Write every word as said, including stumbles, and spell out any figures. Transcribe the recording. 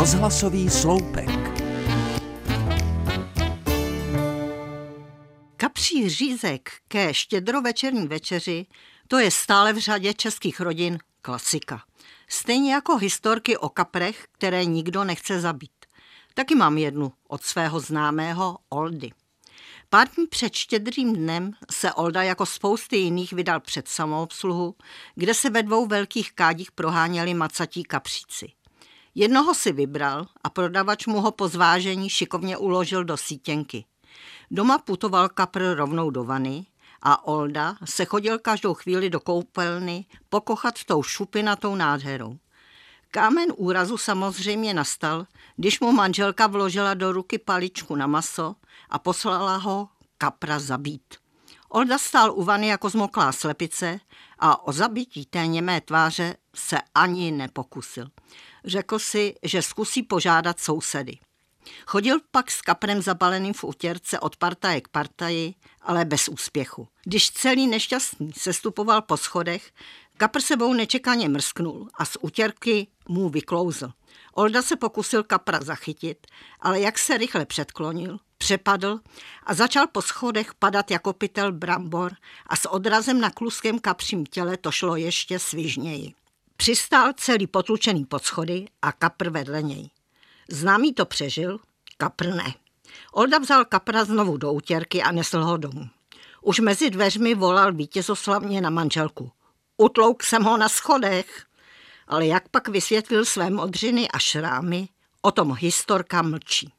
Rozhlasový sloupek. Kapří řízek ke štědrovečerní večeři, to je stále v řadě českých rodin klasika. Stejně jako historky o kaprech, které nikdo nechce zabít. Taky mám jednu od svého známého Oldy. Pár dní před štědrým dnem se Olda jako spousty jiných vydal před samoobsluhu, kde se ve dvou velkých kádích proháněli macatí kapříci. Jednoho si vybral a prodavač mu ho po zvážení šikovně uložil do sítěnky. Doma putoval kapr rovnou do vany a Olda se chodil každou chvíli do koupelny pokochat tou šupinatou nádherou. Kámen úrazu samozřejmě nastal, když mu manželka vložila do ruky paličku na maso a poslala ho kapra zabít. Olda stál u vany jako zmoklá slepice a o zabití té němé tváře se ani nepokusil. Řekl si, že zkusí požádat sousedy. Chodil pak s kaprem zabaleným v utěrce od partaje k partaji, ale bez úspěchu. Když celý nešťastný sestupoval po schodech, kapr sebou nečekaně mrsknul a z utěrky mu vyklouzl. Olda se pokusil kapra zachytit, ale jak se rychle předklonil, přepadl a začal po schodech padat jako pytel brambor a s odrazem na kluském kapřím těle to šlo ještě svižněji. Přistál celý potlučený pod schody a kapr vedle něj. Známý to přežil, kapr ne. Olda vzal kapra znovu do utěrky a nesl ho domů. Už mezi dveřmi volal vítězoslavně na manželku. Utlouk jsem ho na schodech. Ale jak pak vysvětlil své modřiny a šrámy, o tom historka mlčí.